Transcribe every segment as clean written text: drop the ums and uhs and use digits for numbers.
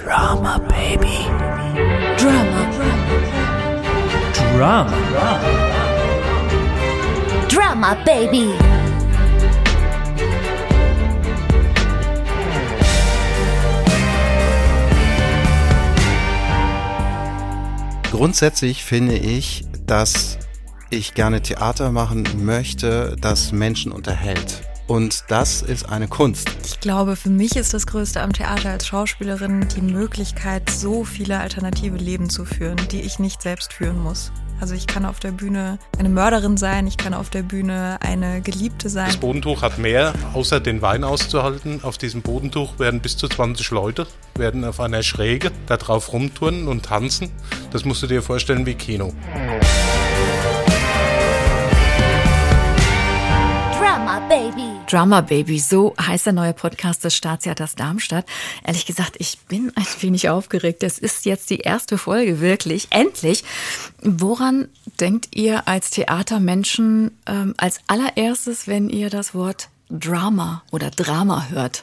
Drama, baby. Drama. Drama. Drama, baby. Grundsätzlich finde ich, dass ich gerne Theater machen möchte, das Menschen unterhält. Und das ist eine Kunst. Ich glaube, für mich ist das Größte am Theater als Schauspielerin die Möglichkeit, so viele alternative Leben zu führen, die ich nicht selbst führen muss. Also ich kann auf der Bühne eine Mörderin sein, ich kann auf der Bühne eine Geliebte sein. Das Bodentuch hat mehr, außer den Wein auszuhalten. Auf diesem Bodentuch werden bis zu 20 Leute, werden auf einer Schräge da drauf rumturnen und tanzen. Das musst du dir vorstellen wie Kino. Drama, baby. Drama Baby, so heißt der neue Podcast des Staatstheaters Darmstadt. Ehrlich gesagt, ich bin ein wenig aufgeregt. Es ist jetzt die erste Folge, wirklich, endlich. Woran denkt ihr als Theatermenschen als allererstes, wenn ihr das Wort Drama oder Drama hört?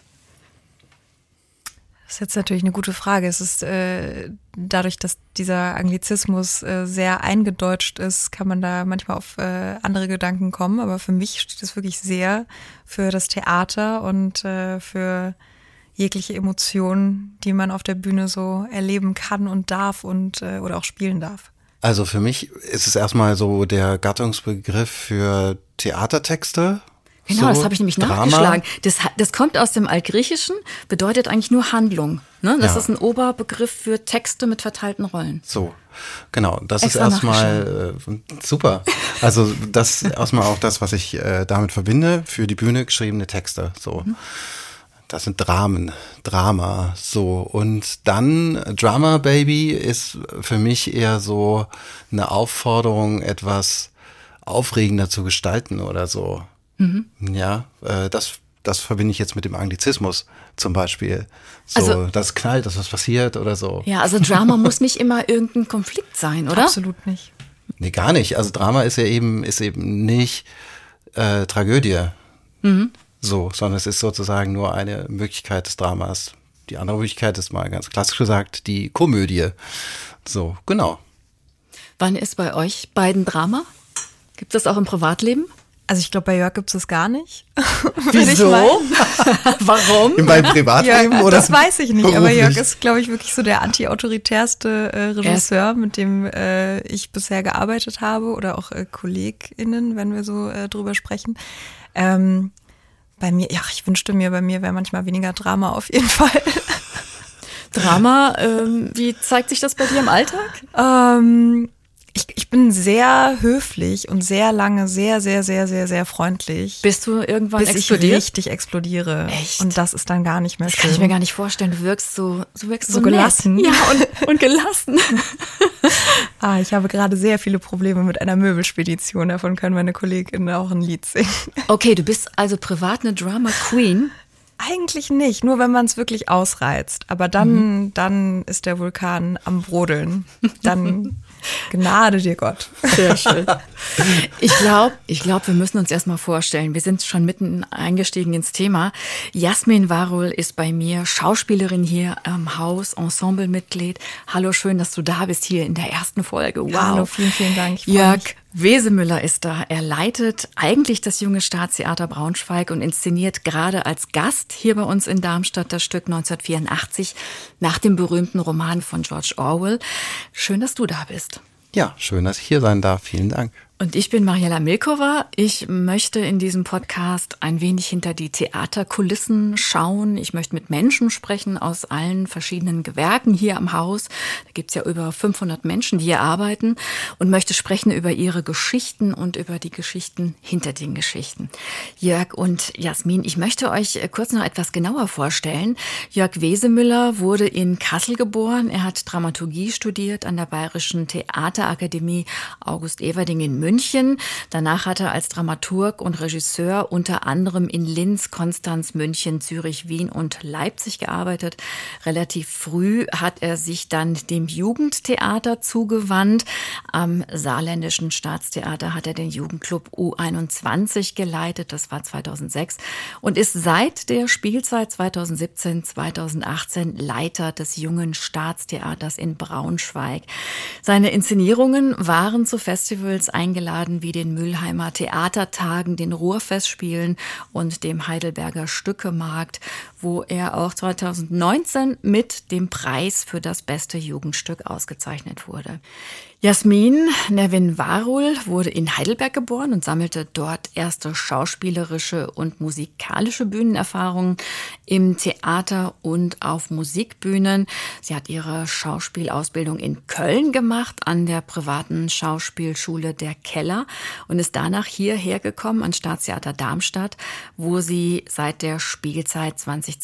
Das ist jetzt natürlich eine gute Frage. Es ist dadurch, dass dieser Anglizismus sehr eingedeutscht ist, kann man da manchmal auf andere Gedanken kommen. Aber für mich steht es wirklich sehr für das Theater und für jegliche Emotionen, die man auf der Bühne so erleben kann und darf und oder auch spielen darf. Also für mich ist es erstmal so der Gattungsbegriff für Theatertexte. Genau, so, das habe ich nämlich Drama. nachgeschlagen. Das kommt aus dem Altgriechischen, bedeutet eigentlich nur Handlung. Ne? Das ist ein Oberbegriff für Texte mit verteilten Rollen. So, genau. Das Extra ist erstmal super. Also das ist erstmal auch das, was ich damit verbinde, für die Bühne geschriebene Texte. So. Das sind Drama, so. Und dann Drama Baby ist für mich eher so eine Aufforderung, etwas aufregender zu gestalten oder so. Ja, das verbinde ich jetzt mit dem Anglizismus zum Beispiel. So, Also, das knallt, dass was passiert oder so. Ja, also Drama muss nicht immer irgendein Konflikt sein, oder? Absolut nicht. Nee, gar nicht. Also Drama ist eben nicht Tragödie. So, sondern es ist sozusagen nur eine Möglichkeit des Dramas. Die andere Möglichkeit ist mal ganz klassisch gesagt die Komödie. So, genau. Wann ist bei euch beiden Drama? Gibt es das auch im Privatleben? Also ich glaube, bei Jörg gibt es das gar nicht. Wieso? Warum? Beim Privatleben Ja, oder? das weiß ich nicht, aber beruflich? Jörg ist, glaube ich, wirklich so der anti-autoritärste Regisseur, mit dem ich bisher gearbeitet habe oder auch KollegInnen, wenn wir so drüber sprechen. Bei mir, ja, ich wünschte mir, bei mir wäre manchmal weniger Drama auf jeden Fall. Drama, wie zeigt sich das bei dir im Alltag? Ich bin sehr höflich und sehr lange sehr, sehr, sehr, sehr, sehr freundlich. Bist du irgendwann bis explodiert? ich richtig explodiere. Echt? Und das ist dann gar nicht mehr Das schön. kann ich mir gar nicht vorstellen. Du wirkst so gelassen. Nett. Ja, und gelassen. Ich habe gerade sehr viele Probleme mit einer Möbelspedition. Davon können meine KollegInnen auch ein Lied singen. Okay, du bist also privat eine Drama Queen. Eigentlich nicht, nur wenn man es wirklich ausreizt. Aber dann ist der Vulkan am Brodeln. Dann Gnade dir Gott. Sehr schön. Ich glaube, wir müssen uns erstmal vorstellen. Wir sind schon mitten eingestiegen ins Thema. Jasmin Warul ist bei mir Schauspielerin hier am Haus, Ensemblemitglied. Hallo, schön, dass du da bist hier in der ersten Folge. Wow. Ja, hallo, vielen, vielen Dank. Ich freu Jörg mich. Wesemüller ist da. Er leitet eigentlich das Junge Staatstheater Braunschweig und inszeniert gerade als Gast hier bei uns in Darmstadt das Stück 1984 nach dem berühmten Roman von George Orwell. Schön, dass du da bist. Ja, schön, dass ich hier sein darf. Vielen Dank. Und ich bin Mariella Milkova. Ich möchte in diesem Podcast ein wenig hinter die Theaterkulissen schauen. Ich möchte mit Menschen sprechen aus allen verschiedenen Gewerken hier am Haus. Da gibt's ja über 500 Menschen, die hier arbeiten und möchte sprechen über ihre Geschichten und über die Geschichten hinter den Geschichten. Jörg und Jasmin, ich möchte euch kurz noch etwas genauer vorstellen. Jörg Wesemüller wurde in Kassel geboren. Er hat Dramaturgie studiert an der Bayerischen Theaterakademie August Everding in München. Danach hat er als Dramaturg und Regisseur unter anderem in Linz, Konstanz, München, Zürich, Wien und Leipzig gearbeitet. Relativ früh hat er sich dann dem Jugendtheater zugewandt. Am Saarländischen Staatstheater hat er den Jugendclub U21 geleitet. Das war 2006 und ist seit der Spielzeit 2017-2018 Leiter des Jungen Staatstheaters in Braunschweig. Seine Inszenierungen waren zu Festivals eingeladen wie den Mülheimer Theatertagen, den Ruhrfestspielen und dem Heidelberger Stückemarkt, wo er auch 2019 mit dem Preis für das beste Jugendstück ausgezeichnet wurde. Jasmin Nevin-Warul wurde in Heidelberg geboren und sammelte dort erste schauspielerische und musikalische Bühnenerfahrungen im Theater und auf Musikbühnen. Sie hat ihre Schauspielausbildung in Köln gemacht, an der privaten Schauspielschule Der Keller und ist danach hierher gekommen ans Staatstheater Darmstadt, wo sie seit der Spielzeit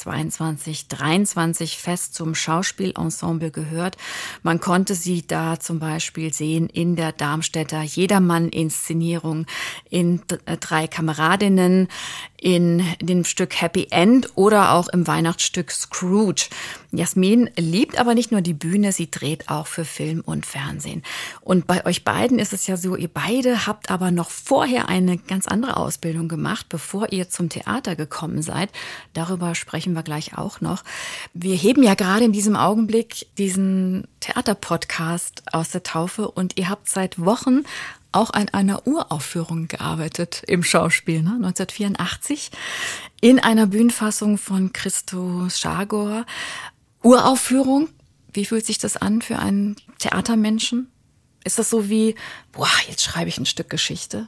2022-23 fest zum Schauspielensemble gehört. Man konnte sie da zum Beispiel sehen in der Darmstädter Jedermann-Inszenierung, in 3 Kameradinnen, in dem Stück Happy End oder auch im Weihnachtsstück Scrooge. Jasmin liebt aber nicht nur die Bühne, sie dreht auch für Film und Fernsehen. Und bei euch beiden ist es ja so, ihr beide habt aber noch vorher eine ganz andere Ausbildung gemacht, bevor ihr zum Theater gekommen seid. Darüber sprechen wir gleich auch noch. Wir heben ja gerade in diesem Augenblick diesen Theaterpodcast aus der Taufe und ihr habt seit Wochen auch an einer Uraufführung gearbeitet im Schauspiel, 1984, in einer Bühnenfassung von Christo Schagor. Uraufführung, wie fühlt sich das an für einen Theatermenschen? Ist das so wie, jetzt schreibe ich ein Stück Geschichte?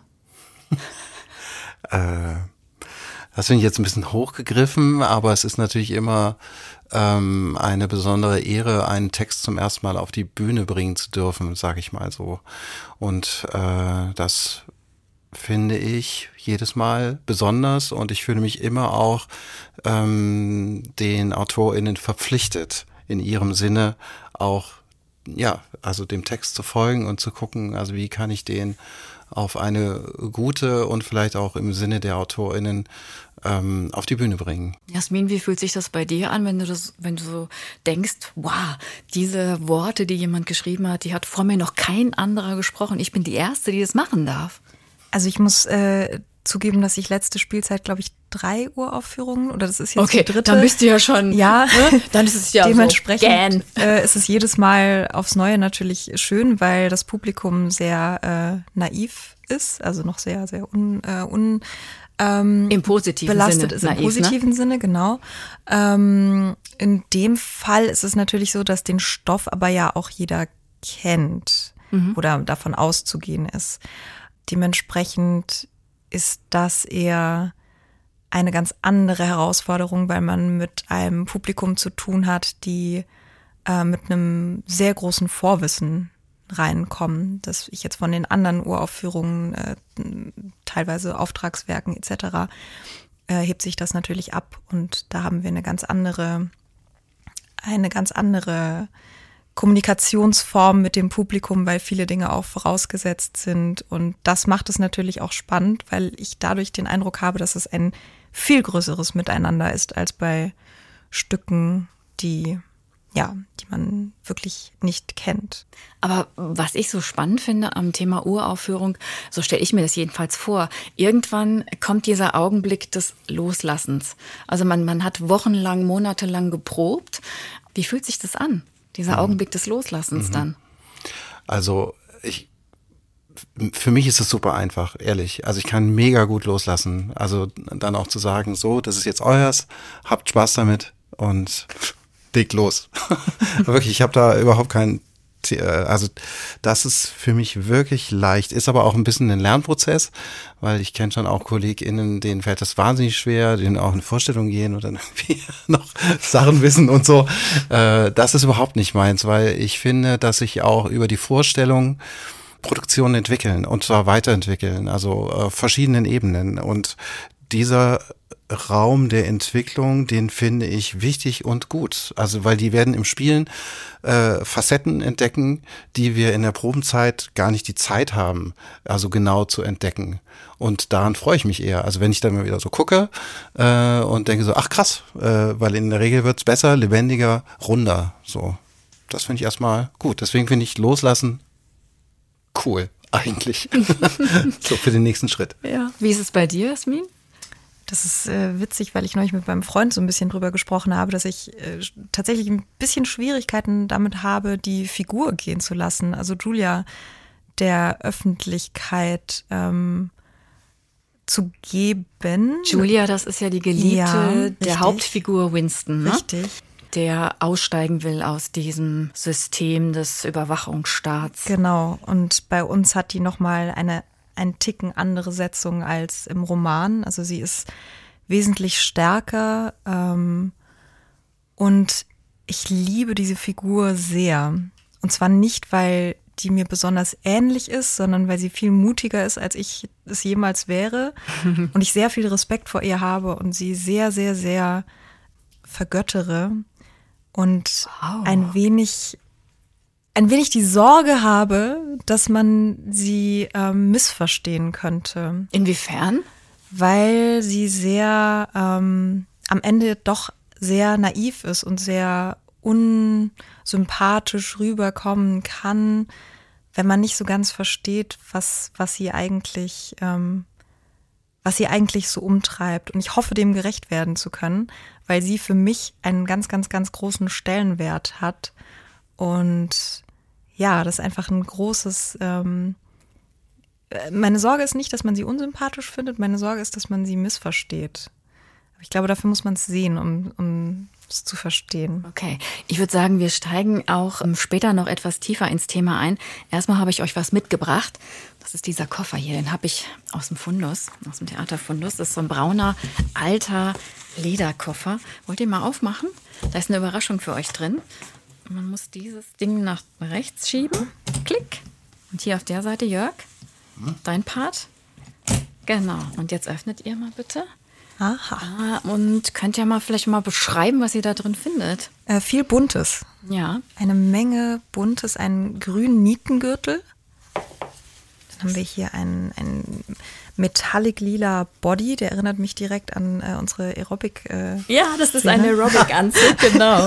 Das finde ich jetzt ein bisschen hochgegriffen, aber es ist natürlich immer eine besondere Ehre, einen Text zum ersten Mal auf die Bühne bringen zu dürfen, sage ich mal so. Und das finde ich jedes Mal besonders und ich fühle mich immer auch den AutorInnen verpflichtet, in ihrem Sinne auch, also dem Text zu folgen und zu gucken, also wie kann ich den auf eine gute und vielleicht auch im Sinne der AutorInnen auf die Bühne bringen. Jasmin, wie fühlt sich das bei dir an, wenn du so denkst, diese Worte, die jemand geschrieben hat, die hat vor mir noch kein anderer gesprochen. Ich bin die Erste, die das machen darf. Also ich muss zugeben, dass ich letzte Spielzeit, glaube ich, 3 Uraufführungen oder das ist jetzt die 3. Dann bist du ja schon, ja, dann ist es ja dementsprechend ist es jedes Mal aufs Neue natürlich schön, weil das Publikum sehr naiv ist, also noch sehr, sehr im positiven belastet Sinne. Ist im positiven Sinne, genau. In dem Fall ist es natürlich so, dass den Stoff aber ja auch jeder kennt oder davon auszugehen ist. Dementsprechend ist das eher eine ganz andere Herausforderung, weil man mit einem Publikum zu tun hat, die mit einem sehr großen Vorwissen reinkommen, dass ich jetzt von den anderen Uraufführungen, teilweise Auftragswerken etc., hebt sich das natürlich ab und da haben wir eine ganz andere Kommunikationsform mit dem Publikum, weil viele Dinge auch vorausgesetzt sind und das macht es natürlich auch spannend, weil ich dadurch den Eindruck habe, dass es ein viel größeres Miteinander ist als bei Stücken, die man wirklich nicht kennt. Aber was ich so spannend finde am Thema Uraufführung, so stelle ich mir das jedenfalls vor, irgendwann kommt dieser Augenblick des Loslassens. Also man hat wochenlang, monatelang geprobt. Wie fühlt sich das an, dieser Augenblick des Loslassens dann? Also für mich ist es super einfach, ehrlich. Also ich kann mega gut loslassen. Also dann auch zu sagen, so, das ist jetzt euers, habt Spaß damit und legt los. Wirklich, ich habe da überhaupt keinen, also das ist für mich wirklich leicht, ist aber auch ein bisschen ein Lernprozess, weil ich kenne schon auch KollegInnen, denen fällt das wahnsinnig schwer, denen auch in Vorstellung gehen und dann irgendwie noch Sachen wissen und so. Das ist überhaupt nicht meins, weil ich finde, dass sich auch über die Vorstellung Produktionen entwickeln und zwar weiterentwickeln, also auf verschiedenen Ebenen und dieser Raum der Entwicklung, den finde ich wichtig und gut. Also weil die werden im Spielen Facetten entdecken, die wir in der Probenzeit gar nicht die Zeit haben, also genau zu entdecken. Und daran freue ich mich eher. Also wenn ich dann mal wieder so gucke und denke so, ach krass, weil in der Regel wird's besser, lebendiger, runder. So, das finde ich erstmal gut. Deswegen finde ich Loslassen cool, eigentlich. So für den nächsten Schritt. Ja. Wie ist es bei dir, Jasmin? Das ist witzig, weil ich neulich mit meinem Freund so ein bisschen drüber gesprochen habe, dass ich tatsächlich ein bisschen Schwierigkeiten damit habe, die Figur gehen zu lassen. Also Julia der Öffentlichkeit zu geben. Julia, das ist ja die Geliebte Ja, der richtig. Hauptfigur Winston, ne? Richtig. Der aussteigen will aus diesem System des Überwachungsstaats. Genau. Und bei uns hat die nochmal ein Ticken andere Setzung als im Roman. Also sie ist wesentlich stärker und ich liebe diese Figur sehr. Und zwar nicht, weil die mir besonders ähnlich ist, sondern weil sie viel mutiger ist, als ich es jemals wäre. Und ich sehr viel Respekt vor ihr habe und sie sehr, sehr, sehr vergöttere. Und ein wenig die Sorge habe, dass man sie missverstehen könnte. Inwiefern? Weil sie sehr am Ende doch sehr naiv ist und sehr unsympathisch rüberkommen kann, wenn man nicht so ganz versteht, was sie eigentlich so umtreibt. Und ich hoffe, dem gerecht werden zu können, weil sie für mich einen ganz, ganz, ganz großen Stellenwert hat. Und ja, das ist einfach ein großes, meine Sorge ist nicht, dass man sie unsympathisch findet, meine Sorge ist, dass man sie missversteht. Aber ich glaube, dafür muss man es sehen, um es zu verstehen. Okay, ich würde sagen, wir steigen auch später noch etwas tiefer ins Thema ein. Erstmal habe ich euch was mitgebracht. Das ist dieser Koffer hier, den habe ich aus dem Fundus, aus dem Theaterfundus. Das ist so ein brauner, alter Lederkoffer. Wollt ihr mal aufmachen? Da ist eine Überraschung für euch drin. Man muss dieses Ding nach rechts schieben. Klick. Und hier auf der Seite, Jörg, dein Part. Genau. Und jetzt öffnet ihr mal bitte. Aha. Und könnt ihr mal vielleicht mal beschreiben, was ihr da drin findet? Viel Buntes. Ja. Eine Menge Buntes, einen grünen Nietengürtel. Dann haben wir hier einen metallic-lila Body, der erinnert mich direkt an unsere Aerobic. Ja, das ist ein Aerobic-Anzug, genau.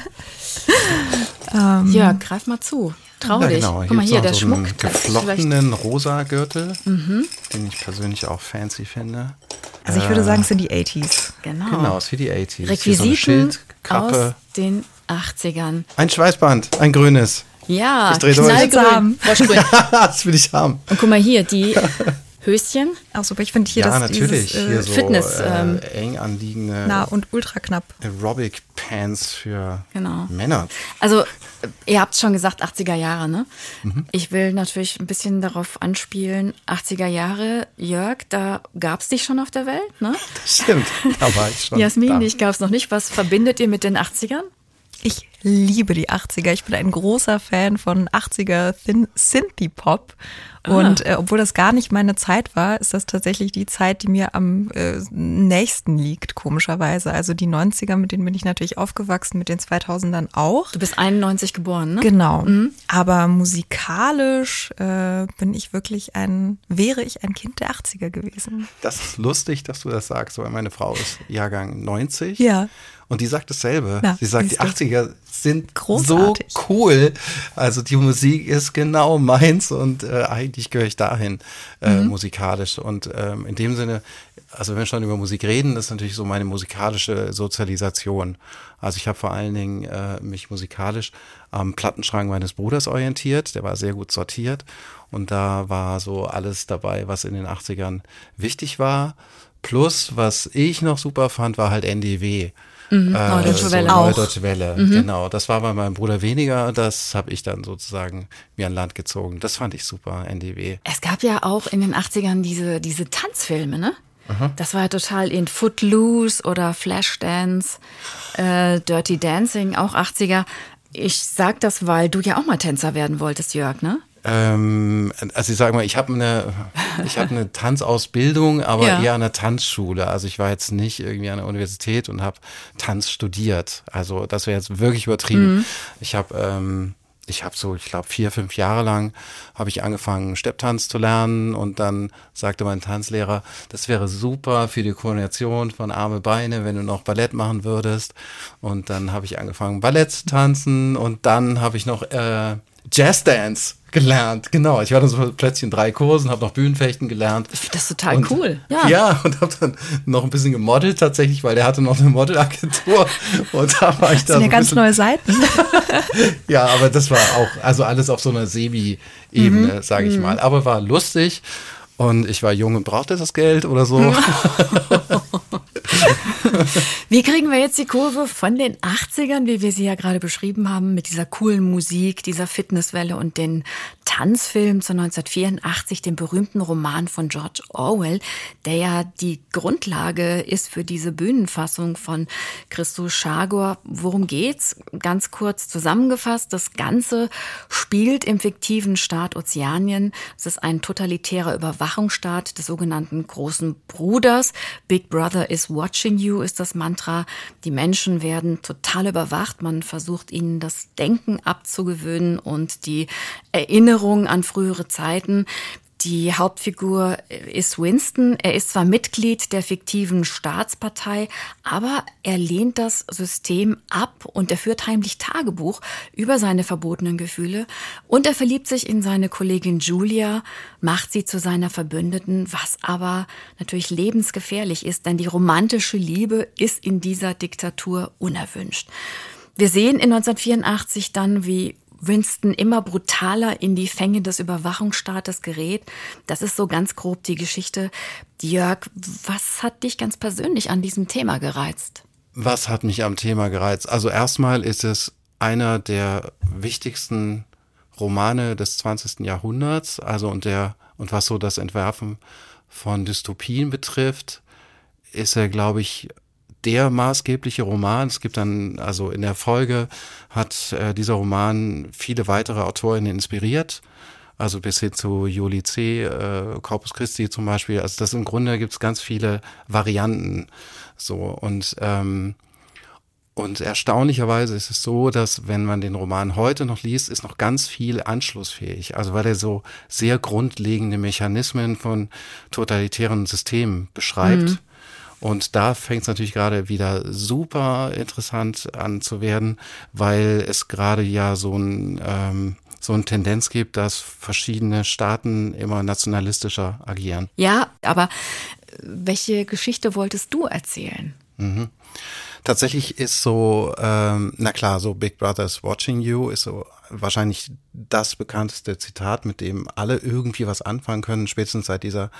Jörg, greif mal zu. Trau dich. Genau. Guck mal hier, der so Schmuck. einen geflochtenen rosa Gürtel, den ich persönlich auch fancy finde. Also ich würde sagen, es sind die 80s. Genau. Ist wie die 80s. Hier so eine Requisiten Schildkappe. aus den 80ern. Ein Schweißband, ein grünes. Ja, Ich dreh durch. knallgrün. Froschgrün. Das will ich haben. Und guck mal hier, die Höschen. Auch super, ich finde hier Ja, das natürlich. dieses, Hier so Fitness, eng anliegende nah und ultra knapp. Aerobic Pants für Genau. Männer. Also, ihr habt schon gesagt, 80er Jahre, ne? Ich will natürlich ein bisschen darauf anspielen, 80er Jahre, Jörg, da gab es dich schon auf der Welt, ne? Stimmt, da war ich schon. Jasmin, da. dich gab es noch nicht. Was verbindet ihr mit den 80ern? Ich liebe die 80er. Ich bin ein großer Fan von 80er Synthie-Pop. Und obwohl das gar nicht meine Zeit war, ist das tatsächlich die Zeit, die mir am nächsten liegt, komischerweise. Also die 90er, mit denen bin ich natürlich aufgewachsen, mit den 2000ern auch. Du bist 91 geboren, ne? Genau. Aber musikalisch wäre ich ein Kind der 80er gewesen. Das ist lustig, dass du das sagst, weil meine Frau ist Jahrgang 90. Ja. Und die sagt dasselbe. Na, Sie sagt, die siehst du. 80er sind Großartig. so cool. Also die Musik ist genau meins und eigentlich gehöre ich dahin musikalisch. Und in dem Sinne, also wenn wir schon über Musik reden, ist natürlich so meine musikalische Sozialisation. Also ich habe vor allen Dingen mich musikalisch am Plattenschrank meines Bruders orientiert. Der war sehr gut sortiert und da war so alles dabei, was in den 80ern wichtig war. Plus, was ich noch super fand, war halt NDW. Neue Deutsche Welle. Neue Deutsche Welle, genau. Das war bei meinem Bruder weniger. Das habe ich dann sozusagen mir an Land gezogen. Das fand ich super, NDW. Es gab ja auch in den 80ern diese Tanzfilme, ne? Das war ja total in Footloose oder Flashdance, Dirty Dancing, auch 80er. Ich sag das, weil du ja auch mal Tänzer werden wolltest, Jörg, ne? Also ich sage mal, ich habe eine ich habe eine Tanzausbildung, aber Ja. eher an der Tanzschule. Also ich war jetzt nicht irgendwie an der Universität und habe Tanz studiert. Also das wäre jetzt wirklich übertrieben. Ich habe so, ich glaube 4-5 Jahre lang habe ich angefangen, Stepptanz zu lernen und dann sagte mein Tanzlehrer, das wäre super für die Koordination von Arme, Beine, wenn du noch Ballett machen würdest. Und dann habe ich angefangen, Ballett zu tanzen und dann habe ich noch Jazzdance gelernt. Genau, ich war dann so plötzlich in 3 Kursen, habe noch Bühnenfechten gelernt. Ich finde das total cool. Ja, und habe dann noch ein bisschen gemodelt tatsächlich, weil der hatte noch eine Modelagentur und da war ich Das sind ja ganz neue Seiten. Ja, aber das war auch, also alles auf so einer Semi-Ebene, sage ich mal. Aber war lustig und ich war jung und brauchte das Geld oder so. Wie kriegen wir jetzt die Kurve von den 80ern, wie wir sie ja gerade beschrieben haben, mit dieser coolen Musik, dieser Fitnesswelle und den Tanzfilm zu 1984, dem berühmten Roman von George Orwell, der ja die Grundlage ist für diese Bühnenfassung von Christo Chagor. Worum geht's? Ganz kurz zusammengefasst, das Ganze spielt im fiktiven Staat Ozeanien. Es ist ein totalitärer Überwachungsstaat des sogenannten Großen Bruders. Big Brother is watching you ist das Mantra. Die Menschen werden total überwacht. Man versucht ihnen das Denken abzugewöhnen und die Erinnerung an frühere Zeiten. Die Hauptfigur ist Winston. Er ist zwar Mitglied der fiktiven Staatspartei, aber er lehnt das System ab und er führt heimlich Tagebuch über seine verbotenen Gefühle. Und er verliebt sich in seine Kollegin Julia, macht sie zu seiner Verbündeten, was aber natürlich lebensgefährlich ist, denn die romantische Liebe ist in dieser Diktatur unerwünscht. Wir sehen in 1984 dann, wie Winston immer brutaler in die Fänge des Überwachungsstaates gerät. Das ist so ganz grob die Geschichte. Jörg, was hat dich ganz persönlich an diesem Thema gereizt? Was hat mich am Thema gereizt? Also erstmal ist es einer der wichtigsten Romane des 20. Jahrhunderts, also und was so das Entwerfen von Dystopien betrifft, ist er, glaube ich, der maßgebliche Roman. Es gibt dann, also in der Folge hat dieser Roman viele weitere Autorinnen inspiriert, also bis hin zu Jolie C., Corpus Christi zum Beispiel. Also das im Grunde gibt es ganz viele Varianten. So und erstaunlicherweise ist es so, dass wenn man den Roman heute noch liest, ist noch ganz viel anschlussfähig. Also weil er so sehr grundlegende Mechanismen von totalitären Systemen beschreibt. Und da fängt es natürlich gerade wieder super interessant an zu werden, weil es gerade ja so eine Tendenz gibt, dass verschiedene Staaten immer nationalistischer agieren. Ja, aber welche Geschichte wolltest du erzählen? Tatsächlich ist so, so Big Brother is watching you ist so wahrscheinlich das bekannteste Zitat, mit dem alle irgendwie was anfangen können, spätestens seit dieser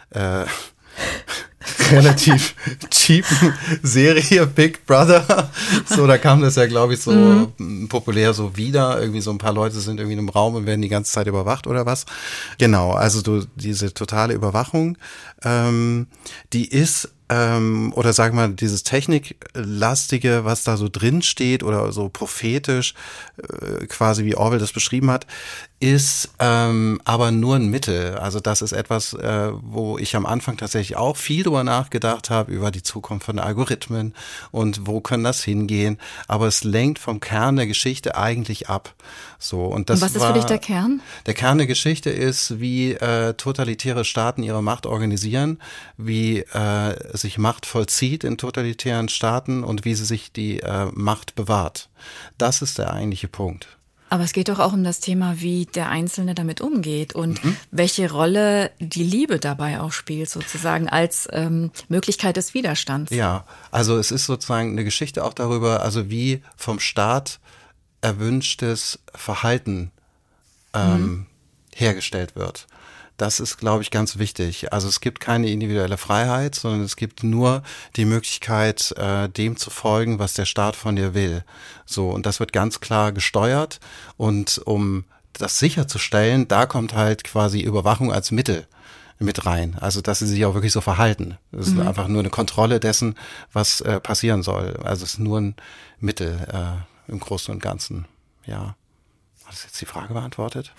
relativ cheapen Serie Big Brother. So, da kam das ja, glaube ich, so populär so wieder. Irgendwie so ein paar Leute sind irgendwie in einem Raum und werden die ganze Zeit überwacht oder was. Genau, also diese totale Überwachung, die ist oder sagen wir mal, dieses Techniklastige, was da so drin steht oder so prophetisch, quasi wie Orwell das beschrieben hat, ist aber nur ein Mittel. Also das ist etwas, wo ich am Anfang tatsächlich auch viel drüber nachgedacht habe, über die Zukunft von Algorithmen und wo können das hingehen. Aber es lenkt vom Kern der Geschichte eigentlich ab. So, und was ist für dich der Kern? Der Kern der Geschichte ist, wie totalitäre Staaten ihre Macht organisieren, wie sich Macht vollzieht in totalitären Staaten und wie sie sich die Macht bewahrt. Das ist der eigentliche Punkt. Aber es geht doch auch um das Thema, wie der Einzelne damit umgeht und welche Rolle die Liebe dabei auch spielt, sozusagen als Möglichkeit des Widerstands. Ja, also es ist sozusagen eine Geschichte auch darüber, also wie vom Staat erwünschtes Verhalten hergestellt wird. Das ist, glaube ich, ganz wichtig. Also es gibt keine individuelle Freiheit, sondern es gibt nur die Möglichkeit, dem zu folgen, was der Staat von dir will. So, und das wird ganz klar gesteuert. Und um das sicherzustellen, da kommt halt quasi Überwachung als Mittel mit rein. Also, dass sie sich auch wirklich so verhalten. Das ist einfach nur eine Kontrolle dessen, was passieren soll. Also es ist nur ein Mittel im Großen und Ganzen. Ja. Hat das jetzt die Frage beantwortet?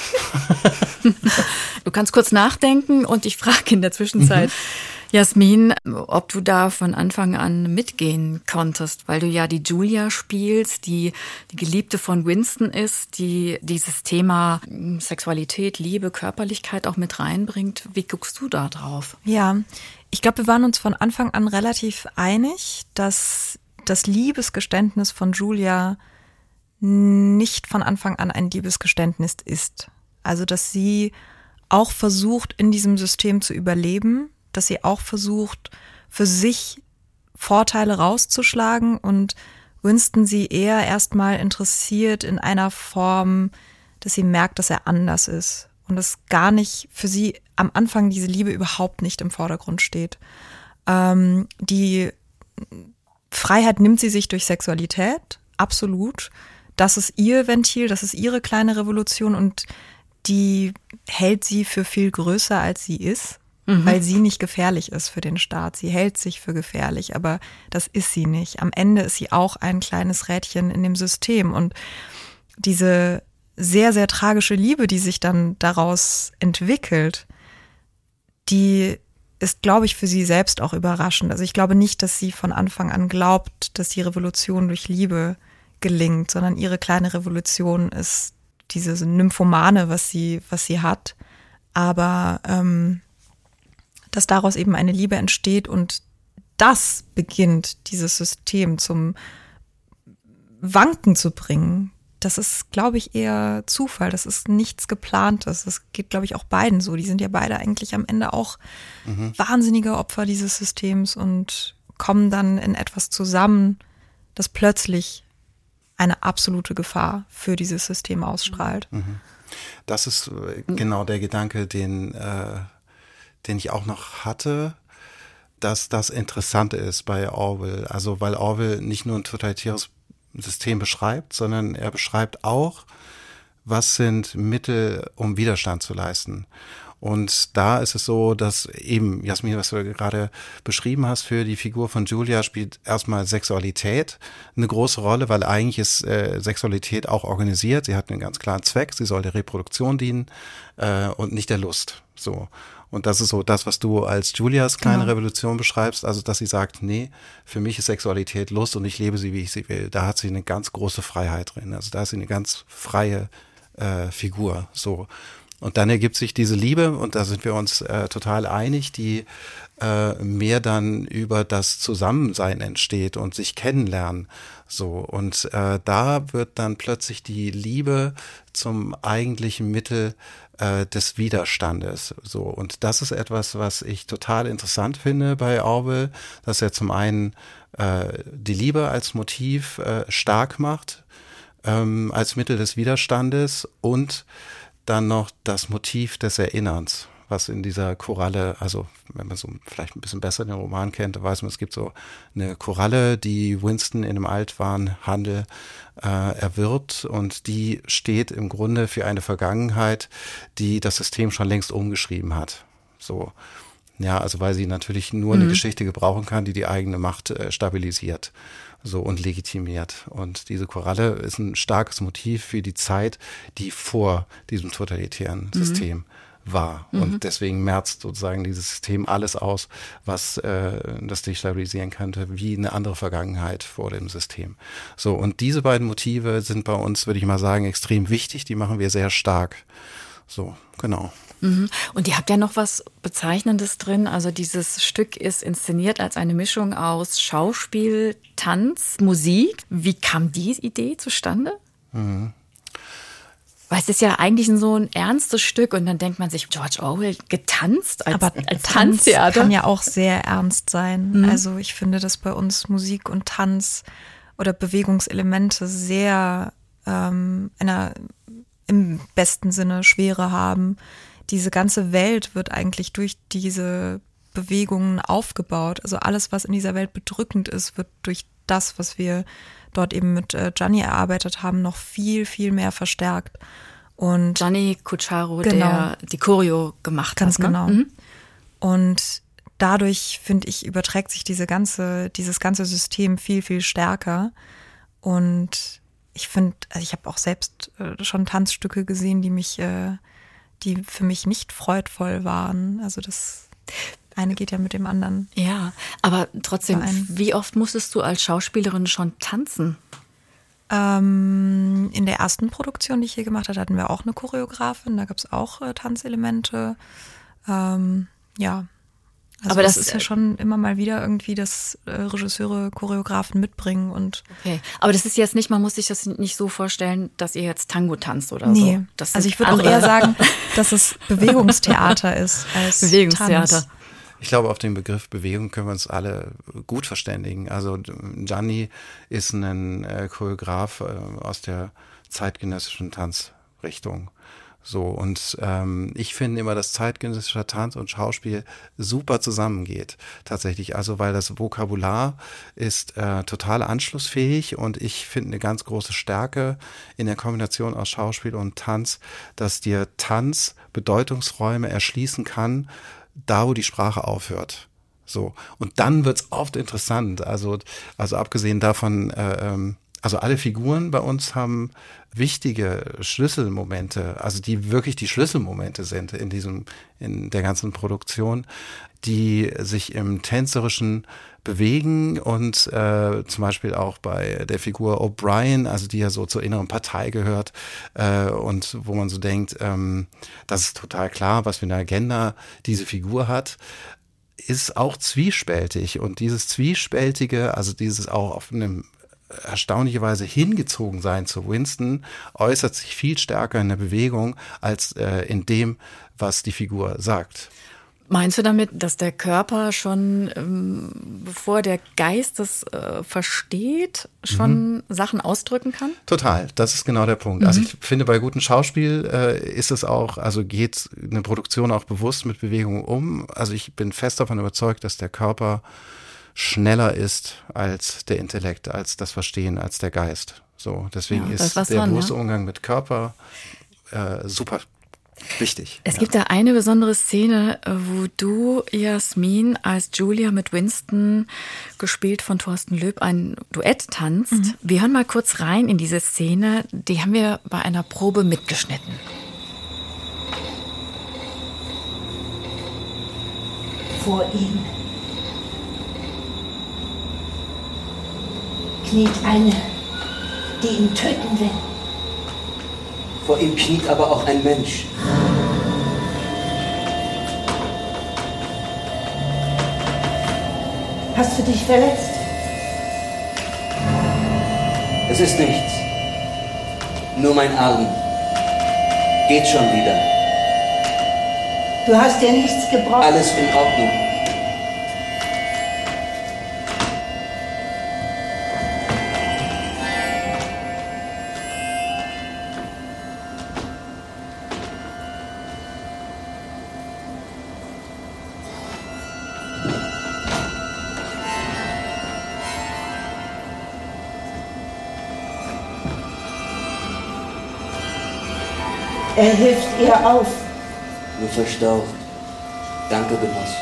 Du kannst kurz nachdenken und ich frage in der Zwischenzeit, Jasmin, ob du da von Anfang an mitgehen konntest, weil du ja die Julia spielst, die Geliebte von Winston ist, die dieses Thema Sexualität, Liebe, Körperlichkeit auch mit reinbringt. Wie guckst du da drauf? Ja, ich glaube, wir waren uns von Anfang an relativ einig, dass das Liebesgeständnis von Julia nicht von Anfang an ein Liebesgeständnis ist. Also, dass sie auch versucht, in diesem System zu überleben, dass sie auch versucht, für sich Vorteile rauszuschlagen und Winston sie eher erstmal interessiert in einer Form, dass sie merkt, dass er anders ist und dass gar nicht für sie am Anfang diese Liebe überhaupt nicht im Vordergrund steht. Die Freiheit nimmt sie sich durch Sexualität, absolut. Das ist ihr Ventil, das ist ihre kleine Revolution und die hält sie für viel größer, als sie ist. Weil sie nicht gefährlich ist für den Staat. Sie hält sich für gefährlich, aber das ist sie nicht. Am Ende ist sie auch ein kleines Rädchen in dem System. Und diese sehr, sehr tragische Liebe, die sich dann daraus entwickelt, die ist, glaube ich, für sie selbst auch überraschend. Also ich glaube nicht, dass sie von Anfang an glaubt, dass die Revolution durch Liebe gelingt, sondern ihre kleine Revolution ist diese Nymphomane, was sie hat. Aber dass daraus eben eine Liebe entsteht und das beginnt, dieses System zum Wanken zu bringen. Das ist, glaube ich, eher Zufall. Das ist nichts Geplantes. Das geht, glaube ich, auch beiden so. Die sind ja beide eigentlich am Ende auch wahnsinnige Opfer dieses Systems und kommen dann in etwas zusammen, das plötzlich eine absolute Gefahr für dieses System ausstrahlt. Das ist genau der Gedanke, den ich auch noch hatte, dass das Interessante ist bei Orwell. Also weil Orwell nicht nur ein totalitäres System beschreibt, sondern er beschreibt auch, was sind Mittel, um Widerstand zu leisten. Und da ist es so, dass eben, Jasmin, was du gerade beschrieben hast, für die Figur von Julia spielt erstmal Sexualität eine große Rolle, weil eigentlich ist Sexualität auch organisiert. Sie hat einen ganz klaren Zweck, sie soll der Reproduktion dienen und nicht der Lust. So. Und das ist so das, was du als Julias kleine Revolution beschreibst, also dass sie sagt, nee, für mich ist Sexualität Lust und ich lebe sie, wie ich sie will. Da hat sie eine ganz große Freiheit drin. Also da ist sie eine ganz freie Figur. So. Und dann ergibt sich diese Liebe, und da sind wir uns total einig, die mehr dann über das Zusammensein entsteht und sich kennenlernen. So. Und da wird dann plötzlich die Liebe zum eigentlichen Mittel des Widerstandes. So. Und das ist etwas, was ich total interessant finde bei Orwell, dass er zum einen die Liebe als Motiv stark macht, als Mittel des Widerstandes und dann noch das Motiv des Erinnerns, was in dieser Koralle, also wenn man so vielleicht ein bisschen besser den Roman kennt, weiß man, es gibt so eine Koralle, die Winston in einem Altwarenhandel erwirbt, und die steht im Grunde für eine Vergangenheit, die das System schon längst umgeschrieben hat. So. Ja, also weil sie natürlich nur eine Geschichte gebrauchen kann, die die eigene Macht stabilisiert. So und legitimiert. Und diese Koralle ist ein starkes Motiv für die Zeit, die vor diesem totalitären System war. Und deswegen merzt sozusagen dieses System alles aus, was das destabilisieren könnte, wie eine andere Vergangenheit vor dem System. So, und diese beiden Motive sind bei uns, würde ich mal sagen, extrem wichtig. Die machen wir sehr stark. So, genau. Und ihr habt ja noch was Bezeichnendes drin. Also dieses Stück ist inszeniert als eine Mischung aus Schauspiel, Tanz, Musik. Wie kam die Idee zustande? Weil es ist ja eigentlich so ein ernstes Stück und dann denkt man sich, George Orwell getanzt als Tanztheater. Kann ja auch sehr ernst sein. Also ich finde, dass bei uns Musik und Tanz oder Bewegungselemente sehr im besten Sinne Schwere haben. Diese ganze Welt wird eigentlich durch diese Bewegungen aufgebaut. Also alles, was in dieser Welt bedrückend ist, wird durch das, was wir dort eben mit Gianni erarbeitet haben, noch viel, viel mehr verstärkt. Und Gianni Cucciaro, der die Choreo gemacht ganz hat. Ne? Genau. Und dadurch, finde ich, überträgt sich dieses ganze System viel, viel stärker. Und ich finde, also ich habe auch selbst schon Tanzstücke gesehen, die für mich nicht freudvoll waren. Also das eine geht ja mit dem anderen. Ja, aber trotzdem, wie oft musstest du als Schauspielerin schon tanzen? In der ersten Produktion, die ich hier gemacht habe, hatten wir auch eine Choreografin, da gab es auch Tanzelemente. Ja. Also aber das ist ja schon immer mal wieder irgendwie, dass Regisseure Choreografen mitbringen und. Okay, aber das ist jetzt nicht, man muss sich das nicht so vorstellen, dass ihr jetzt Tango tanzt oder nee. so. Das also ich würde auch eher sagen, dass es Bewegungstheater ist als Bewegungstheater. Tanz. Ich glaube, auf den Begriff Bewegung können wir uns alle gut verständigen. Also Gianni ist ein Choreograf aus der zeitgenössischen Tanzrichtung. So, und ich finde immer, dass zeitgenössischer Tanz und Schauspiel super zusammengeht. Tatsächlich, also weil das Vokabular ist total anschlussfähig und ich finde eine ganz große Stärke in der Kombination aus Schauspiel und Tanz, dass dir Tanz Bedeutungsräume erschließen kann, da wo die Sprache aufhört. So. Und dann wird's oft interessant. Also abgesehen davon, also alle Figuren bei uns haben wichtige Schlüsselmomente, also die wirklich die Schlüsselmomente sind in der ganzen Produktion, die sich im Tänzerischen bewegen und zum Beispiel auch bei der Figur O'Brien, also die ja so zur inneren Partei gehört und wo man so denkt, das ist total klar, was für eine Agenda diese Figur hat, ist auch zwiespältig und dieses Zwiespältige, also dieses auch auf einem erstaunliche Weise hingezogen sein zu Winston, äußert sich viel stärker in der Bewegung als in dem, was die Figur sagt. Meinst du damit, dass der Körper schon, bevor der Geist es versteht, schon Sachen ausdrücken kann? Total, das ist genau der Punkt. Also ich finde, bei gutem Schauspiel ist es auch, also geht eine Produktion auch bewusst mit Bewegung um. Also ich bin fest davon überzeugt, dass der Körper schneller ist als der Intellekt, als das Verstehen, als der Geist. So, deswegen ist der bewusste Umgang mit Körper super wichtig. Es gibt da eine besondere Szene, wo du, Jasmin, als Julia mit Winston, gespielt von Thorsten Löb, ein Duett tanzt. Wir hören mal kurz rein in diese Szene. Die haben wir bei einer Probe mitgeschnitten. Vor ihm kniet eine, die ihn töten will. Vor ihm kniet aber auch ein Mensch. Hast du dich verletzt? Es ist nichts. Nur mein Arm. Geht schon wieder. Du hast dir nichts gebrochen. Alles in Ordnung. Er hilft ihr auf. Nur verstaucht. Danke, Genosse.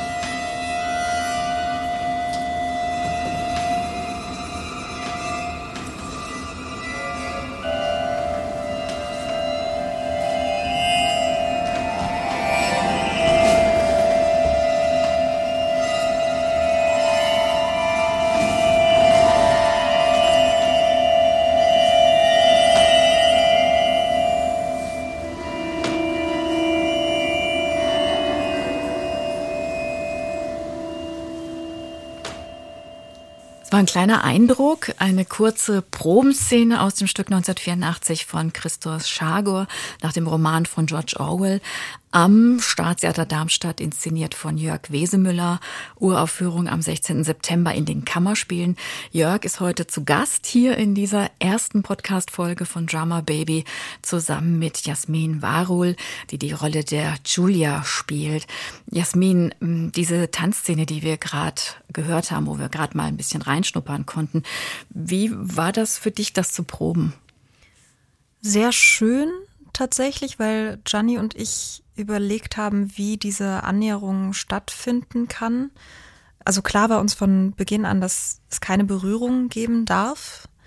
War ein kleiner Eindruck, eine kurze Probenszene aus dem Stück 1984 von Christos Chagor nach dem Roman von George Orwell am Staatstheater Darmstadt, inszeniert von Jörg Wesemüller. Uraufführung am 16. September in den Kammerspielen. Jörg ist heute zu Gast hier in dieser ersten Podcast-Folge von Drama Baby zusammen mit Jasmin Varul, die die Rolle der Julia spielt. Jasmin, diese Tanzszene, die wir gerade gehört haben, wo wir gerade mal ein bisschen reinschnuppern konnten, wie war das für dich, das zu proben? Sehr schön tatsächlich, weil Gianni und ich überlegt haben, wie diese Annäherung stattfinden kann. Also klar war uns von Beginn an, dass es keine Berührung geben darf.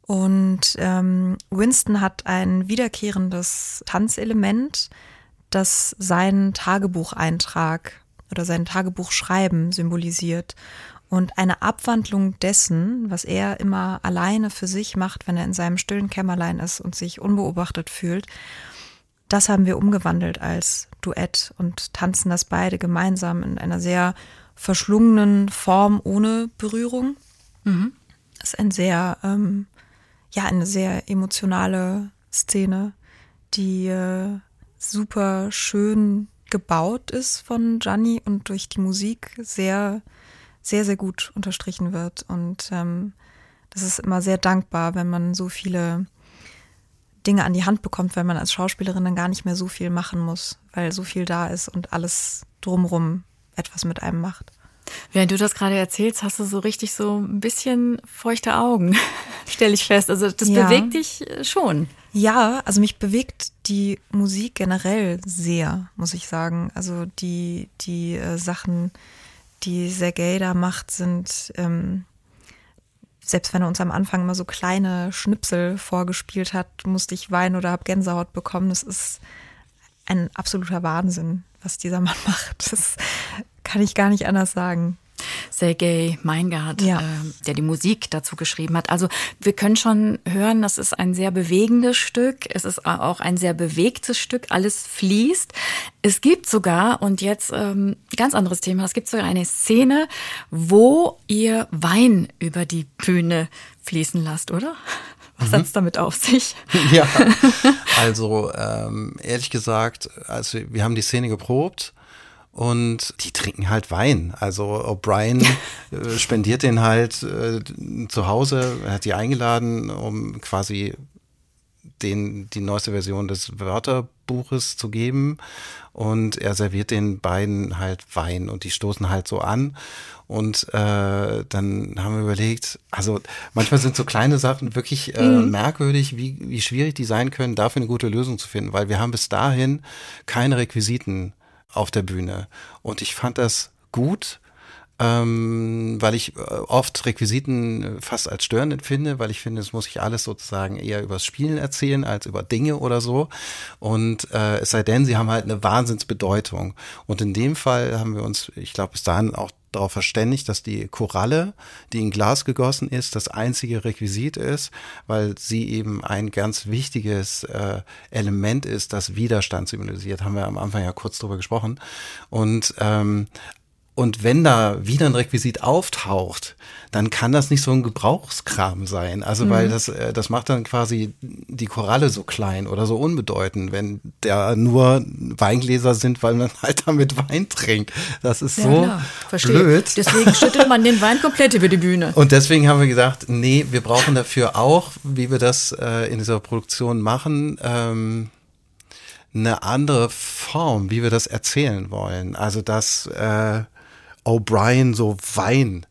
Und Winston hat ein wiederkehrendes Tanzelement, das seinen Tagebucheintrag oder sein Tagebuchschreiben symbolisiert. Und eine Abwandlung dessen, was er immer alleine für sich macht, wenn er in seinem stillen Kämmerlein ist und sich unbeobachtet fühlt, das haben wir umgewandelt als Duett und tanzen das beide gemeinsam in einer sehr verschlungenen Form ohne Berührung. Mhm. Das ist ein sehr, eine sehr emotionale Szene, die super schön gebaut ist von Gianni und durch die Musik sehr, sehr, sehr gut unterstrichen wird. Und das ist immer sehr dankbar, wenn man so viele Dinge an die Hand bekommt, weil man als Schauspielerin dann gar nicht mehr so viel machen muss, weil so viel da ist und alles drumrum etwas mit einem macht. Während du das gerade erzählst, hast du so richtig so ein bisschen feuchte Augen, stelle ich fest. Also das bewegt dich schon. Ja, also mich bewegt die Musik generell sehr, muss ich sagen. Also die Sachen, die Sergej da macht, sind, selbst wenn er uns am Anfang immer so kleine Schnipsel vorgespielt hat, musste ich weinen oder habe Gänsehaut bekommen. Das ist ein absoluter Wahnsinn, was dieser Mann macht. Das kann ich gar nicht anders sagen. Sergej Meingart, der die Musik dazu geschrieben hat. Also wir können schon hören, das ist ein sehr bewegendes Stück. Es ist auch ein sehr bewegtes Stück. Alles fließt. Es gibt sogar, und jetzt ganz anderes Thema, es gibt sogar eine Szene, wo ihr Wein über die Bühne fließen lasst, oder? Was hat's damit auf sich? Ja, also ehrlich gesagt, also wir haben die Szene geprobt. Und die trinken halt Wein. Also O'Brien spendiert den halt zu Hause. Er hat die eingeladen, um quasi die neueste Version des Wörterbuches zu geben. Und er serviert den beiden halt Wein und die stoßen halt so an. Und dann haben wir überlegt, also manchmal sind so kleine Sachen wirklich merkwürdig, wie schwierig die sein können, dafür eine gute Lösung zu finden. Weil wir haben bis dahin keine Requisiten auf der Bühne. Und ich fand das gut, weil ich oft Requisiten fast als störend empfinde, weil ich finde, es muss sich alles sozusagen eher übers Spielen erzählen als über Dinge oder so. Und es sei denn, sie haben halt eine Wahnsinnsbedeutung. Und in dem Fall haben wir uns, ich glaube, bis dahin auch darauf verständigt, dass die Koralle, die in Glas gegossen ist, das einzige Requisit ist, weil sie eben ein ganz wichtiges Element ist, das Widerstand symbolisiert. Haben wir am Anfang ja kurz drüber gesprochen. Und wenn da wieder ein Requisit auftaucht, dann kann das nicht so ein Gebrauchskram sein. Also weil das macht dann quasi die Koralle so klein oder so unbedeutend, wenn da nur Weingläser sind, weil man halt damit Wein trinkt. Das ist so blöd. Deswegen schüttet man den Wein komplett über die Bühne. Und deswegen haben wir gesagt, nee, wir brauchen dafür auch, wie wir das in dieser Produktion machen, eine andere Form, wie wir das erzählen wollen. Also dass O'Brien so Wein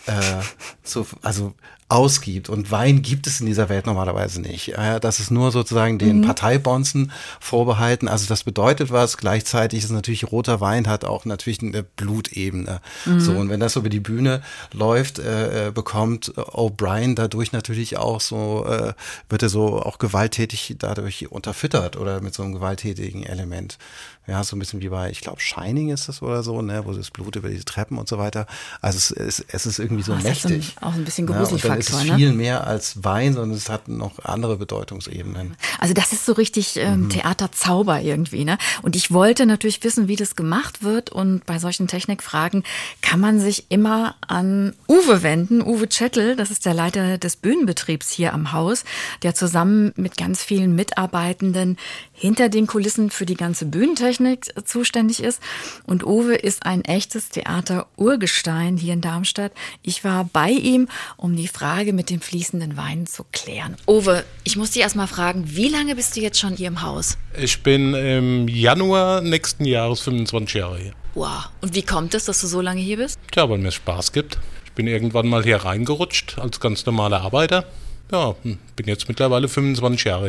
ausgibt. Und Wein gibt es in dieser Welt normalerweise nicht. Das ist nur sozusagen den Parteibonzen vorbehalten. Also das bedeutet was. Gleichzeitig ist natürlich roter Wein hat auch natürlich eine Blutebene. So, und wenn das so über die Bühne läuft, bekommt O'Brien dadurch natürlich auch so, wird er so auch gewalttätig dadurch unterfüttert oder mit so einem gewalttätigen Element. Ja, so ein bisschen wie bei, ich glaube, Shining ist das oder so, ne, wo das Blut über diese Treppen und so weiter. Also es ist irgendwie so mächtig. Auch ein bisschen Gruselfaktor, es ist viel mehr als Wein, sondern es hat noch andere Bedeutungsebenen. Also das ist so richtig Theaterzauber irgendwie, ne? Und ich wollte natürlich wissen, wie das gemacht wird. Und bei solchen Technikfragen kann man sich immer an Uwe wenden. Uwe Czettel, das ist der Leiter des Bühnenbetriebs hier am Haus, der zusammen mit ganz vielen Mitarbeitenden hinter den Kulissen für die ganze Bühnentechnik zuständig ist. Und Uwe ist ein echtes Theater-Urgestein hier in Darmstadt. Ich war bei ihm, um die Frage mit dem fließenden Wein zu klären. Uwe, ich muss dich erst mal fragen, wie lange bist du jetzt schon hier im Haus? Ich bin im Januar nächsten Jahres 25 Jahre hier. Wow. Und wie kommt es, dass du so lange hier bist? Tja, weil mir es Spaß gibt. Ich bin irgendwann mal hier reingerutscht als ganz normaler Arbeiter. Ja, bin jetzt mittlerweile 25 Jahre hier.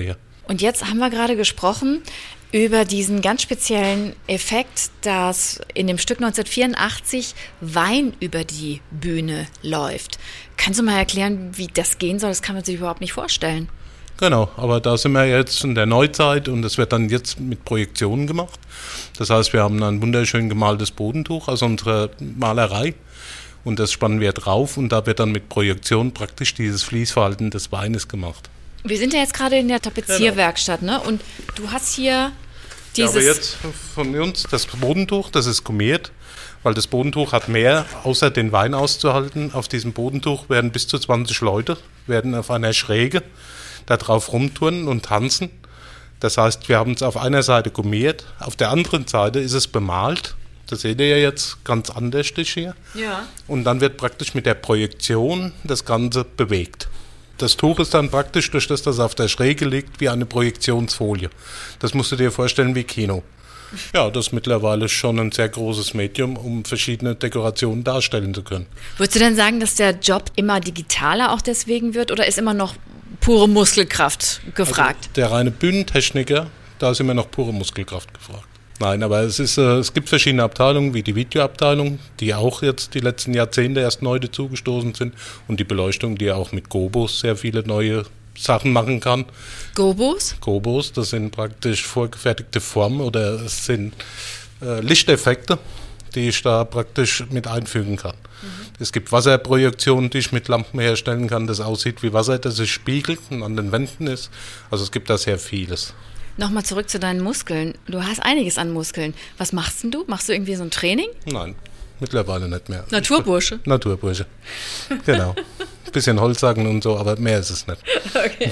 Und jetzt haben wir gerade gesprochen über diesen ganz speziellen Effekt, dass in dem Stück 1984 Wein über die Bühne läuft. Kannst du mal erklären, wie das gehen soll? Das kann man sich überhaupt nicht vorstellen. Genau, aber da sind wir jetzt in der Neuzeit und das wird dann jetzt mit Projektionen gemacht. Das heißt, wir haben ein wunderschön gemaltes Bodentuch aus unserer Malerei und das spannen wir drauf und da wird dann mit Projektion praktisch dieses Fließverhalten des Weines gemacht. Wir sind ja jetzt gerade in der Tapezierwerkstatt, ne? Und du hast hier dieses... Ja, aber jetzt von uns das Bodentuch, das ist gummiert, weil das Bodentuch hat mehr, außer den Wein auszuhalten. Auf diesem Bodentuch werden bis zu 20 Leute, werden auf einer Schräge da drauf rumturnen und tanzen. Das heißt, wir haben es auf einer Seite gummiert, auf der anderen Seite ist es bemalt. Das seht ihr ja jetzt ganz andächtig hier. Ja. Und dann wird praktisch mit der Projektion das Ganze bewegt. Das Tuch ist dann praktisch, durch das auf der Schräge liegt, wie eine Projektionsfolie. Das musst du dir vorstellen wie Kino. Ja, das ist mittlerweile schon ein sehr großes Medium, um verschiedene Dekorationen darstellen zu können. Würdest du denn sagen, dass der Job immer digitaler auch deswegen wird oder ist immer noch pure Muskelkraft gefragt? Also der reine Bühnentechniker, da ist immer noch pure Muskelkraft gefragt. Nein, aber es gibt verschiedene Abteilungen, wie die Videoabteilung, die auch jetzt die letzten Jahrzehnte erst neu dazugestoßen sind und die Beleuchtung, die auch mit Gobos sehr viele neue Sachen machen kann. Gobos? Gobos, das sind praktisch vorgefertigte Formen oder es sind Lichteffekte, die ich da praktisch mit einfügen kann. Es gibt Wasserprojektionen, die ich mit Lampen herstellen kann, das aussieht wie Wasser, das sich spiegelt und an den Wänden ist. Also es gibt da sehr vieles. Nochmal zurück zu deinen Muskeln. Du hast einiges an Muskeln. Was machst denn du? Machst du irgendwie so ein Training? Nein, mittlerweile nicht mehr. Naturbursche? Naturbursche, genau. Bisschen Holzhacken und so, aber mehr ist es nicht. Okay.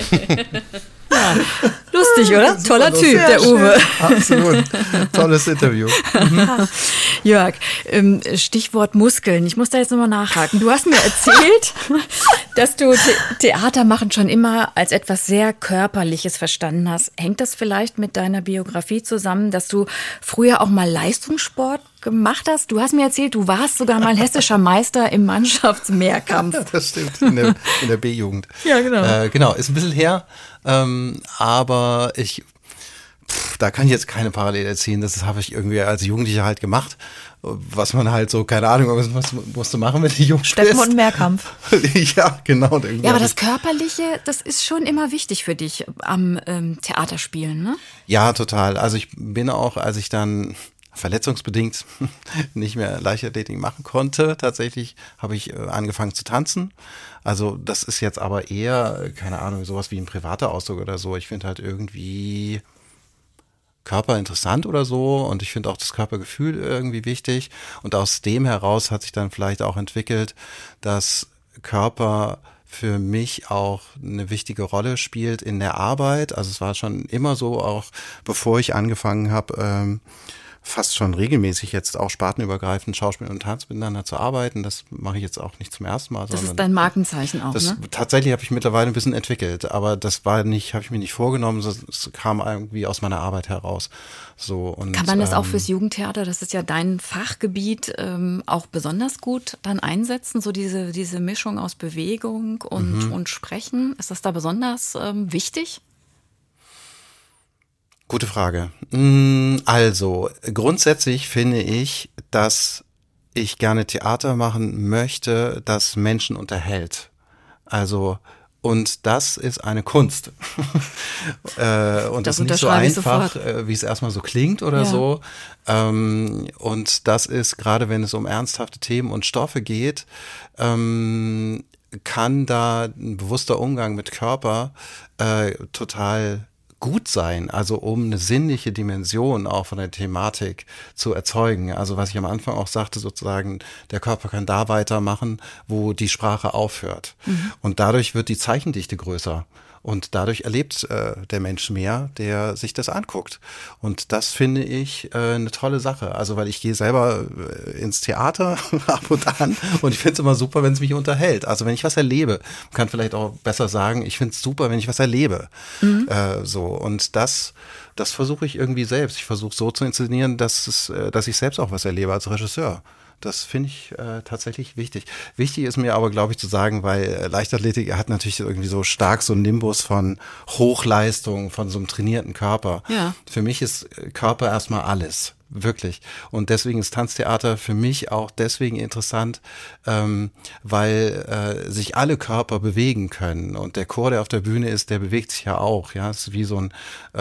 Ja. Lustig, oder? Toller Typ, der Uwe. Absolut. Tolles Interview. Jörg, Stichwort Muskeln. Ich muss da jetzt nochmal nachhaken. Du hast mir erzählt, dass du Theater machen schon immer als etwas sehr Körperliches verstanden hast. Hängt das vielleicht mit deiner Biografie zusammen, dass du früher auch mal Leistungssport gemacht hast? Du hast mir erzählt, du warst sogar mal hessischer Meister im Mannschaftsmehrkampf. Das stimmt, in der B-Jugend. Ja, genau. Genau, ist ein bisschen her, aber da kann ich jetzt keine Parallele ziehen. Das habe ich irgendwie als Jugendlicher halt gemacht, was man halt so, keine Ahnung, was musst du machen, wenn du jung bist. Steppen und Mehrkampf. Ja, genau. Ja, aber das Körperliche, das ist schon immer wichtig für dich am Theaterspielen, ne? Ja, total. Also ich bin auch, als ich dann verletzungsbedingt nicht mehr Leichtathletik machen konnte, tatsächlich habe ich angefangen zu tanzen. Also das ist jetzt aber eher, keine Ahnung, sowas wie ein privater Ausdruck oder so. Ich finde halt irgendwie Körper interessant oder so und ich finde auch das Körpergefühl irgendwie wichtig. Und aus dem heraus hat sich dann vielleicht auch entwickelt, dass Körper für mich auch eine wichtige Rolle spielt in der Arbeit. Also es war schon immer so, auch bevor ich angefangen habe, fast schon regelmäßig jetzt auch spartenübergreifend Schauspiel und Tanz miteinander zu arbeiten. Das mache ich jetzt auch nicht zum ersten Mal. Das ist dein Markenzeichen auch, ne? Tatsächlich habe ich mittlerweile ein bisschen entwickelt, aber das habe ich mir nicht vorgenommen, es kam irgendwie aus meiner Arbeit heraus. So, und, kann man das auch fürs Jugendtheater, das ist ja dein Fachgebiet, auch besonders gut dann einsetzen, so diese Mischung aus Bewegung und Sprechen? Ist das da besonders wichtig? Gute Frage. Also, grundsätzlich finde ich, dass ich gerne Theater machen möchte, das Menschen unterhält. Also, und das ist eine Kunst. Und das ist nicht so einfach, wie es erstmal so klingt oder so. Und das ist, gerade wenn es um ernsthafte Themen und Stoffe geht, kann da ein bewusster Umgang mit Körper total gut sein, also um eine sinnliche Dimension auch von der Thematik zu erzeugen. Also was ich am Anfang auch sagte, sozusagen, der Körper kann da weitermachen, wo die Sprache aufhört. Und dadurch wird die Zeichendichte größer. Und dadurch erlebt der Mensch mehr, der sich das anguckt. Und das finde ich eine tolle Sache. Also weil ich gehe selber ins Theater ab und an und ich finde es immer super, wenn es mich unterhält. Also wenn ich was erlebe, man kann vielleicht auch besser sagen, ich finde es super, wenn ich was erlebe. So, und das versuche ich irgendwie selbst. Ich versuche so zu inszenieren, dass ich selbst auch was erlebe als Regisseur. Das finde ich tatsächlich wichtig. Wichtig ist mir aber, glaube ich, zu sagen, weil Leichtathletik hat natürlich irgendwie so stark so einen Nimbus von Hochleistung, von so einem trainierten Körper. Ja. Für mich ist Körper erstmal alles. Wirklich. Und deswegen ist Tanztheater für mich auch deswegen interessant, weil sich alle Körper bewegen können. Und der Chor, der auf der Bühne ist, der bewegt sich ja auch. Ja, es ist wie so ein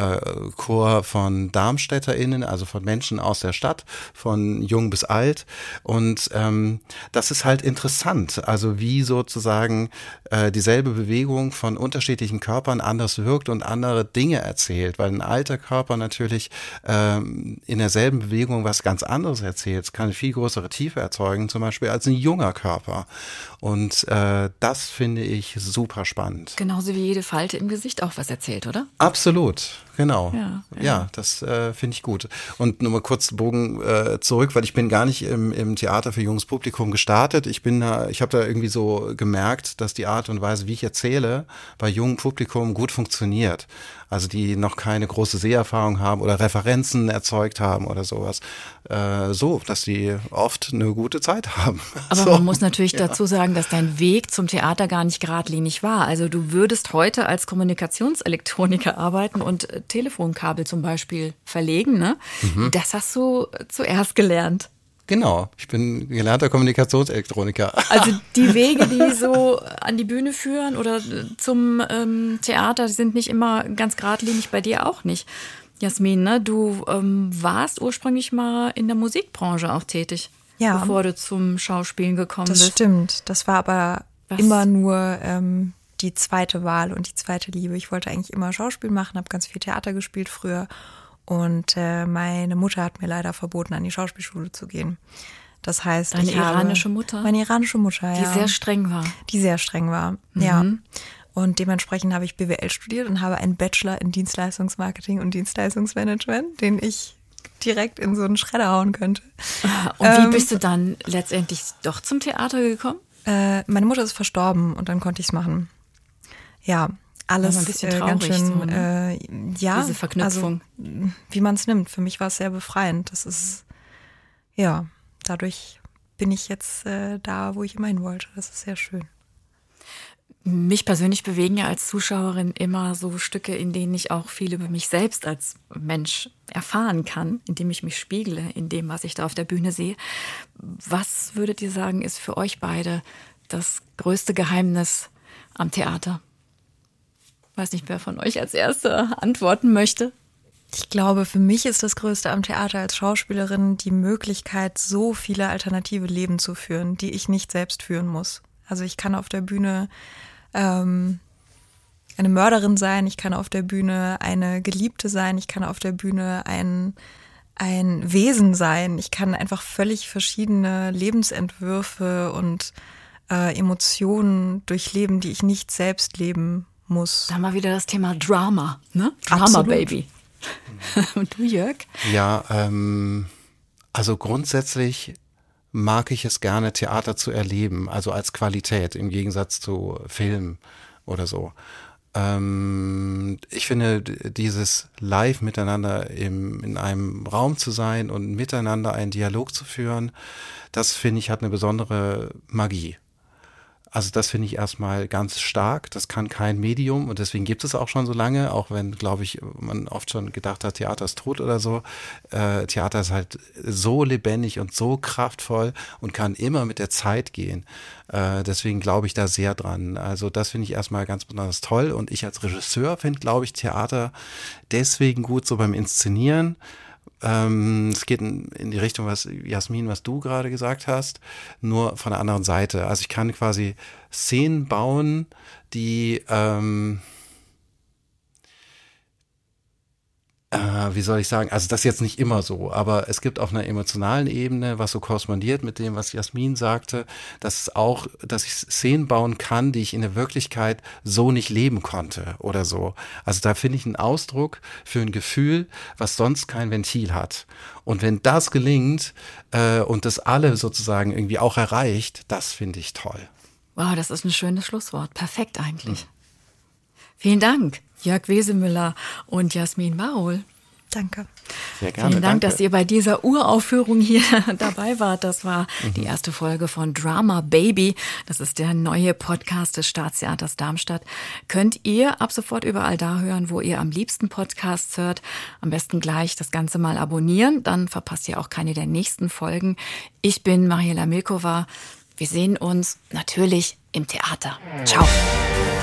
Chor von DarmstädterInnen, also von Menschen aus der Stadt, von jung bis alt. Und das ist halt interessant. Also wie sozusagen dieselbe Bewegung von unterschiedlichen Körpern anders wirkt und andere Dinge erzählt. Weil ein alter Körper natürlich in derselben Bewegung was ganz anderes erzählt. Es kann eine viel größere Tiefe erzeugen, zum Beispiel als ein junger Körper. Und das finde ich super spannend. Genauso wie jede Falte im Gesicht auch was erzählt, oder? Absolut, genau. Ja. Ja, das finde ich gut. Und nur mal kurz den Bogen zurück, weil ich bin gar nicht im Theater für junges Publikum gestartet. Ich habe da irgendwie so gemerkt, dass die Art und Weise, wie ich erzähle, bei jungem Publikum gut funktioniert. Also die noch keine große Seherfahrung haben oder Referenzen erzeugt haben oder sowas. So, dass die oft eine gute Zeit haben. Aber so. man muss natürlich dazu sagen, dass dein Weg zum Theater gar nicht geradlinig war. Also du würdest heute als Kommunikationselektroniker arbeiten und Telefonkabel zum Beispiel verlegen, ne? Mhm. Das hast du zuerst gelernt. Genau, ich bin gelernter Kommunikationselektroniker. Also die Wege, die so an die Bühne führen oder zum Theater, die sind nicht immer ganz geradlinig, bei dir auch nicht. Jasmin, ne? Du warst ursprünglich mal in der Musikbranche auch tätig, bevor du zum Schauspielen gekommen bist. Das stimmt, das war aber immer nur die zweite Wahl und die zweite Liebe. Ich wollte eigentlich immer Schauspiel machen, habe ganz viel Theater gespielt früher. Und meine Mutter hat mir leider verboten, an die Schauspielschule zu gehen. Das heißt, Deine iranische Mutter? Meine iranische Mutter, ja. Die sehr streng war. Die sehr streng war, ja. Und dementsprechend habe ich BWL studiert und habe einen Bachelor in Dienstleistungsmarketing und Dienstleistungsmanagement, den ich direkt in so einen Schredder hauen könnte. Und wie bist du dann letztendlich doch zum Theater gekommen? Meine Mutter ist verstorben und dann konnte ich es machen. Ja. Alles ein bisschen traurig, ganz schön, so, ne? ja, diese Verknüpfung. Also, wie man es nimmt. Für mich war es sehr befreiend. Das ist, ja, dadurch bin ich jetzt da, wo ich immer hin wollte. Das ist sehr schön. Mich persönlich bewegen ja als Zuschauerin immer so Stücke, in denen ich auch viel über mich selbst als Mensch erfahren kann, indem ich mich spiegle in dem, was ich da auf der Bühne sehe. Was würdet ihr sagen, ist für euch beide das größte Geheimnis am Theater? Ich weiß nicht, wer von euch als Erster antworten möchte. Ich glaube, für mich ist das Größte am Theater als Schauspielerin die Möglichkeit, so viele alternative Leben zu führen, die ich nicht selbst führen muss. Also ich kann auf der Bühne eine Mörderin sein, ich kann auf der Bühne eine Geliebte sein, ich kann auf der Bühne ein Wesen sein. Ich kann einfach völlig verschiedene Lebensentwürfe und Emotionen durchleben, die ich nicht selbst leben muss. Da haben wir wieder das Thema Drama, ne? Drama Absolut. Baby. Und du, Jörg? Ja, also grundsätzlich mag ich es gerne, Theater zu erleben, also als Qualität im Gegensatz zu Film oder so. Ich finde, dieses live miteinander in einem Raum zu sein und miteinander einen Dialog zu führen, das finde ich hat eine besondere Magie. Also das finde ich erstmal ganz stark. Das kann kein Medium und deswegen gibt es auch schon so lange, auch wenn, glaube ich, man oft schon gedacht hat, Theater ist tot oder so. Theater ist halt so lebendig und so kraftvoll und kann immer mit der Zeit gehen. Deswegen glaube ich da sehr dran. Also das finde ich erstmal ganz besonders toll und ich als Regisseur finde, glaube ich, Theater deswegen gut so beim Inszenieren. Es geht in die Richtung, was Jasmin, was du gerade gesagt hast, nur von der anderen Seite. Also ich kann quasi Szenen bauen, die wie soll ich sagen, also das ist jetzt nicht immer so, aber es gibt auf einer emotionalen Ebene, was so korrespondiert mit dem, was Jasmin sagte, dass ich Szenen bauen kann, die ich in der Wirklichkeit so nicht leben konnte oder so. Also da finde ich einen Ausdruck für ein Gefühl, was sonst kein Ventil hat. Und wenn das gelingt und das alle sozusagen irgendwie auch erreicht, das finde ich toll. Wow, das ist ein schönes Schlusswort. Perfekt eigentlich. Vielen Dank, Jörg Wesemüller und Jasmin Marol. Danke. Sehr gerne. Vielen Dank, danke. dass ihr bei dieser Uraufführung hier dabei wart. Das war die erste Folge von Drama Baby. Das ist der neue Podcast des Staatstheaters Darmstadt. Könnt ihr ab sofort überall da hören, wo ihr am liebsten Podcasts hört. Am besten gleich das Ganze mal abonnieren, dann verpasst ihr auch keine der nächsten Folgen. Ich bin Mariela Milkova. Wir sehen uns natürlich im Theater. Ciao.